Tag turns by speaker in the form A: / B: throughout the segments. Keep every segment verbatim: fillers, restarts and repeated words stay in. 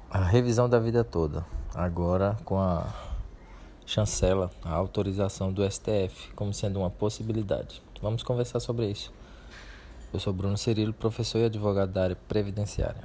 A: A revisão da vida toda, agora com a chancela, a autorização do S T F como sendo uma possibilidade. Vamos conversar sobre isso. Eu sou Bruno Cirilo, professor e advogado da área previdenciária.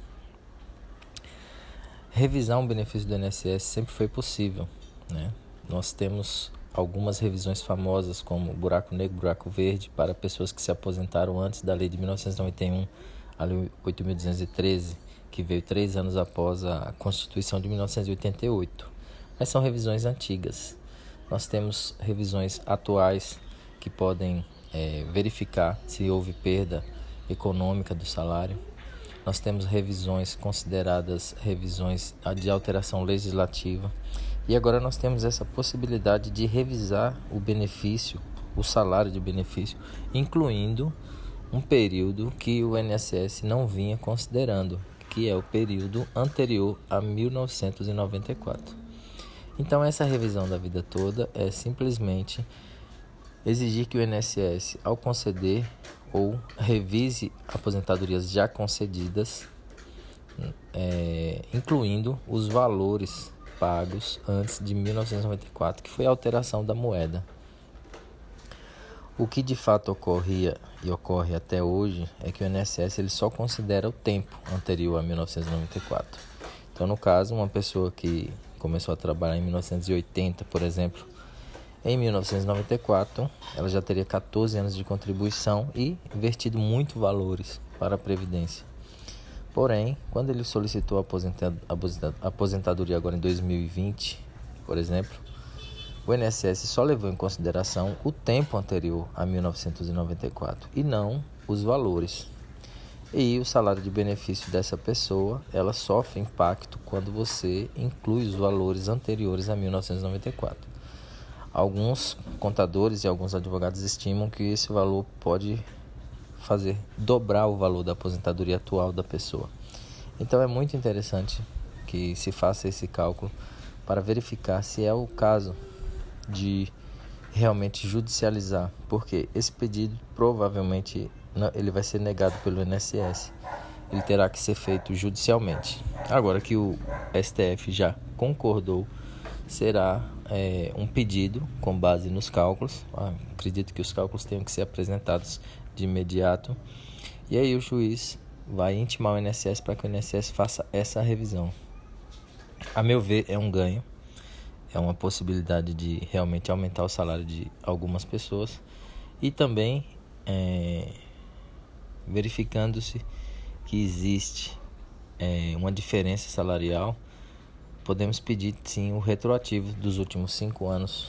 A: Revisar um benefício do I N S S sempre foi possível, né? Nós temos algumas revisões famosas como buraco negro, buraco verde, para pessoas que se aposentaram antes da lei de mil novecentos e noventa e um, a lei oito mil duzentos e treze, que veio três anos após a Constituição de mil novecentos e oitenta e oito. Mas são revisões antigas. Nós temos revisões atuais que podem é, verificar se houve perda econômica do salário. Nós temos revisões consideradas revisões de alteração legislativa. E agora nós temos essa possibilidade de revisar o benefício, o salário de benefício, incluindo um período que o I N S S não vinha considerando, que é o período anterior a mil novecentos e noventa e quatro. Então essa revisão da vida toda é simplesmente exigir que o I N S S, ao conceder ou revise aposentadorias já concedidas, é, incluindo os valores pagos antes de mil novecentos e noventa e quatro, que foi a alteração da moeda. O que de fato ocorria e ocorre até hoje é que o I N S S ele só considera o tempo anterior a mil novecentos e noventa e quatro. Então, no caso, uma pessoa que começou a trabalhar em mil novecentos e oitenta, por exemplo, em mil novecentos e noventa e quatro, ela já teria catorze anos de contribuição e invertido muito valores para a Previdência. Porém, quando ele solicitou a aposentadoria agora em dois mil e vinte, por exemplo, o I N S S só levou em consideração o tempo anterior a mil novecentos e noventa e quatro e não os valores. E o salário de benefício dessa pessoa, ela sofre impacto quando você inclui os valores anteriores a mil novecentos e noventa e quatro. Alguns contadores e alguns advogados estimam que esse valor pode fazer dobrar o valor da aposentadoria atual da pessoa. Então é muito interessante que se faça esse cálculo para verificar se é o caso de realmente judicializar, porque esse pedido provavelmente ele vai ser negado pelo I N S S, ele terá que ser feito judicialmente. Agora que o S T F já concordou, será é, um pedido com base nos cálculos. Ah, acredito que os cálculos tenham que ser apresentados de imediato, e aí o juiz vai intimar o I N S S para que o I N S S faça essa revisão. A meu ver, é um ganho, é uma possibilidade de realmente aumentar o salário de algumas pessoas e também é, verificando-se que existe é, uma diferença salarial, podemos pedir sim o retroativo dos últimos cinco anos,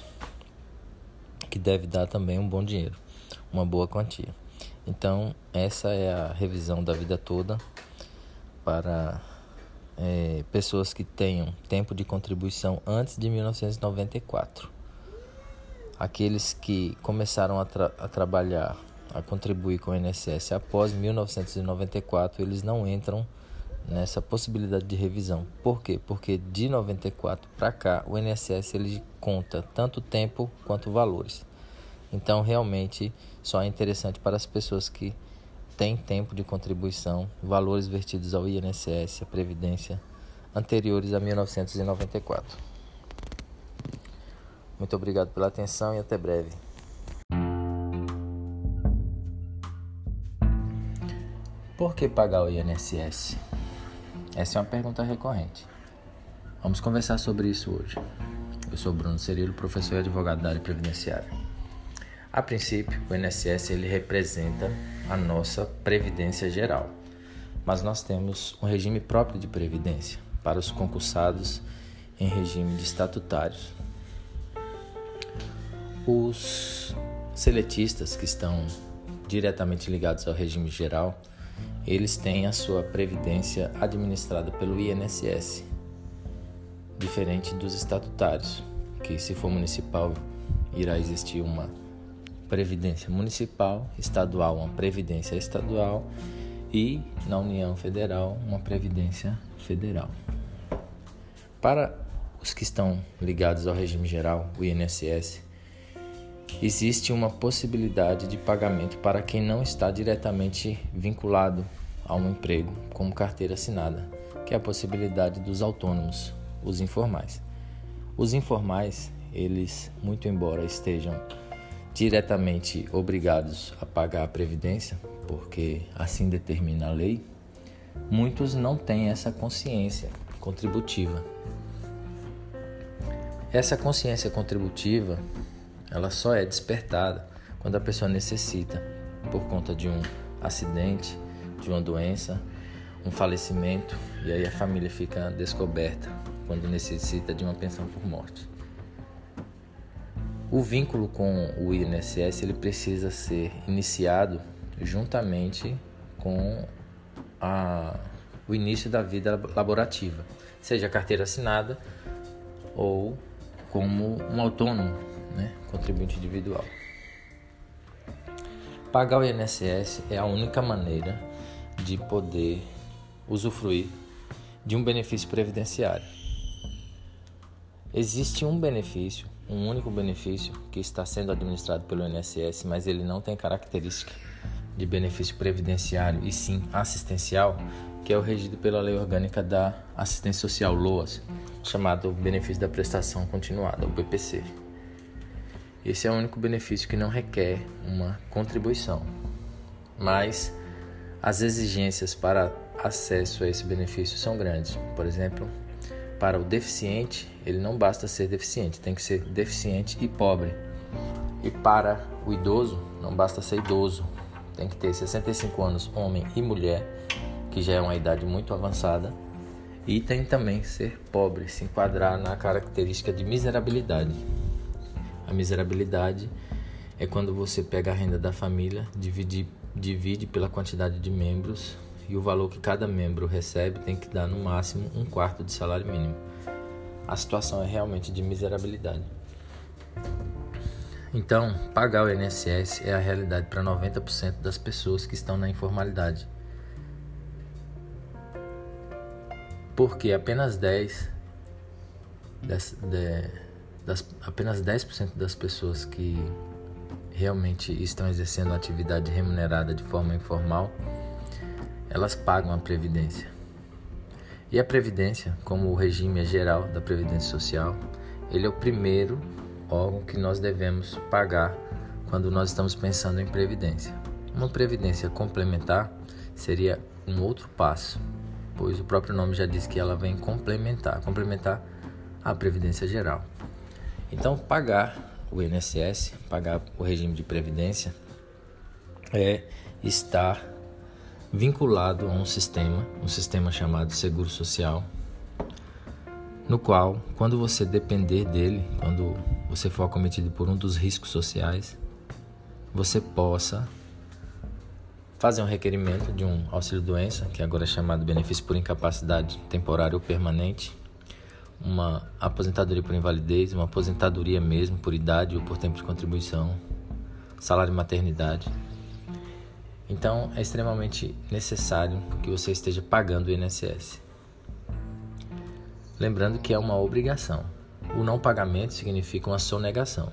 A: que deve dar também um bom dinheiro, uma boa quantia. Então, essa é a revisão da vida toda para é, pessoas que tenham tempo de contribuição antes de mil novecentos e noventa e quatro. Aqueles que começaram a, tra- a trabalhar, a contribuir com o I N S S após mil novecentos e noventa e quatro, eles não entram nessa possibilidade de revisão. Por quê? Porque de noventa e quatro para cá, o I N S S ele conta tanto tempo quanto valores. Então, realmente, só é interessante para as pessoas que têm tempo de contribuição, valores vertidos ao I N S S, a Previdência, anteriores a mil novecentos e noventa e quatro. Muito obrigado pela atenção e até breve. Por que pagar o I N S S? Essa é uma pergunta recorrente. Vamos conversar sobre isso hoje. Eu sou Bruno Cirilo, professor e advogado da área previdenciária. A princípio, o I N S S ele representa a nossa previdência geral, mas nós temos um regime próprio de previdência para os concursados em regime de estatutários. Os seletistas que estão diretamente ligados ao regime geral, eles têm a sua previdência administrada pelo I N S S, diferente dos estatutários, que se for municipal irá existir uma previdência municipal, estadual uma previdência estadual e na União Federal uma previdência federal. Para os que estão ligados ao regime geral, o I N S S, existe uma possibilidade de pagamento para quem não está diretamente vinculado a um emprego como carteira assinada, que é a possibilidade dos autônomos, os informais. Os informais, eles, muito embora estejam diretamente obrigados a pagar a previdência, porque assim determina a lei, muitos não têm essa consciência contributiva. Essa consciência contributiva, ela só é despertada quando a pessoa necessita, por conta de um acidente, de uma doença, um falecimento, e aí a família fica descoberta quando necessita de uma pensão por morte. O vínculo com o I N S S ele precisa ser iniciado juntamente com a, o início da vida laborativa, seja carteira assinada ou como um autônomo, né, contribuinte individual. Pagar o I N S S é a única maneira de poder usufruir de um benefício previdenciário. Existe um benefício, um único benefício que está sendo administrado pelo I N S S, mas ele não tem característica de benefício previdenciário e sim assistencial, que é o regido pela Lei Orgânica da Assistência Social, LOAS, chamado Benefício da Prestação Continuada, o B P C. Esse é o único benefício que não requer uma contribuição, mas as exigências para acesso a esse benefício são grandes. Por exemplo, para o deficiente, ele não basta ser deficiente, tem que ser deficiente e pobre. E para o idoso, não basta ser idoso, tem que ter sessenta e cinco anos, homem e mulher, que já é uma idade muito avançada, e tem também que ser pobre, se enquadrar na característica de miserabilidade. A miserabilidade é quando você pega a renda da família, divide, divide pela quantidade de membros, e o valor que cada membro recebe tem que dar no máximo um quarto de salário mínimo. A situação é realmente de miserabilidade. Então, pagar o I N S S é a realidade para noventa por cento das pessoas que estão na informalidade. Porque apenas dez, das, de, das, apenas dez por cento das pessoas que realmente estão exercendo atividade remunerada de forma informal, elas pagam a Previdência. E a Previdência, como o regime geral da Previdência Social, ele é o primeiro órgão que nós devemos pagar quando nós estamos pensando em Previdência. Uma Previdência complementar seria um outro passo, pois o próprio nome já diz que ela vem complementar, complementar a Previdência Geral. Então, pagar o I N S S, pagar o regime de Previdência, é estar vinculado a um sistema, um sistema chamado Seguro Social, no qual, quando você depender dele, quando você for acometido por um dos riscos sociais, você possa fazer um requerimento de um auxílio-doença, que agora é chamado benefício por incapacidade temporária ou permanente, uma aposentadoria por invalidez, uma aposentadoria mesmo por idade ou por tempo de contribuição, salário de maternidade. Então, é extremamente necessário que você esteja pagando o I N S S. Lembrando que é uma obrigação. O não pagamento significa uma sonegação.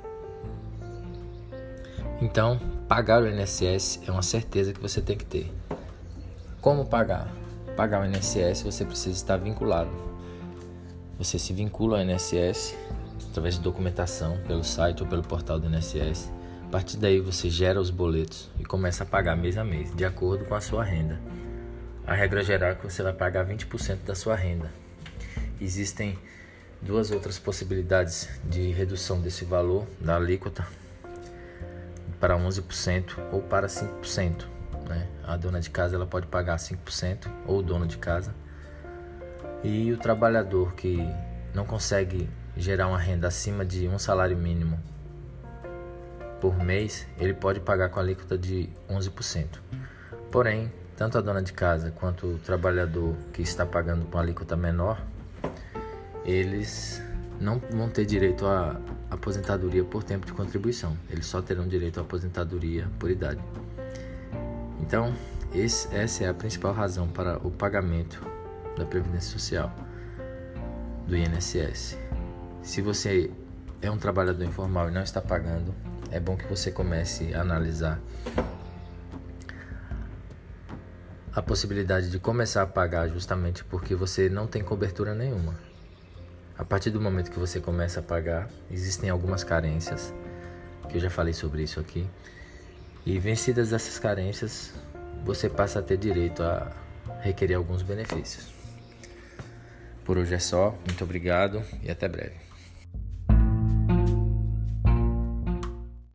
A: Então, pagar o I N S S é uma certeza que você tem que ter. Como pagar? Pagar o I N S S você precisa estar vinculado. Você se vincula ao I N S S através de documentação pelo site ou pelo portal do I N S S. A partir daí você gera os boletos e começa a pagar mês a mês, de acordo com a sua renda. A regra geral é que você vai pagar vinte por cento da sua renda. Existem duas outras possibilidades de redução desse valor, da alíquota, para onze por cento ou para cinco por cento. Né? A dona de casa ela pode pagar cinco por cento, ou o dono de casa. E o trabalhador que não consegue gerar uma renda acima de um salário mínimo por mês, ele pode pagar com a alíquota de onze por cento. Porém, tanto a dona de casa quanto o trabalhador que está pagando com a alíquota menor, eles não vão ter direito à aposentadoria por tempo de contribuição. Eles só terão direito à aposentadoria por idade. Então, esse, essa é a principal razão para o pagamento da Previdência Social, do I N S S. Se você é um trabalhador informal e não está pagando, é bom que você comece a analisar a possibilidade de começar a pagar justamente porque você não tem cobertura nenhuma. A partir do momento que você começa a pagar, existem algumas carências, que eu já falei sobre isso aqui, e vencidas essas carências, você passa a ter direito a requerer alguns benefícios. Por hoje é só, muito obrigado e até breve.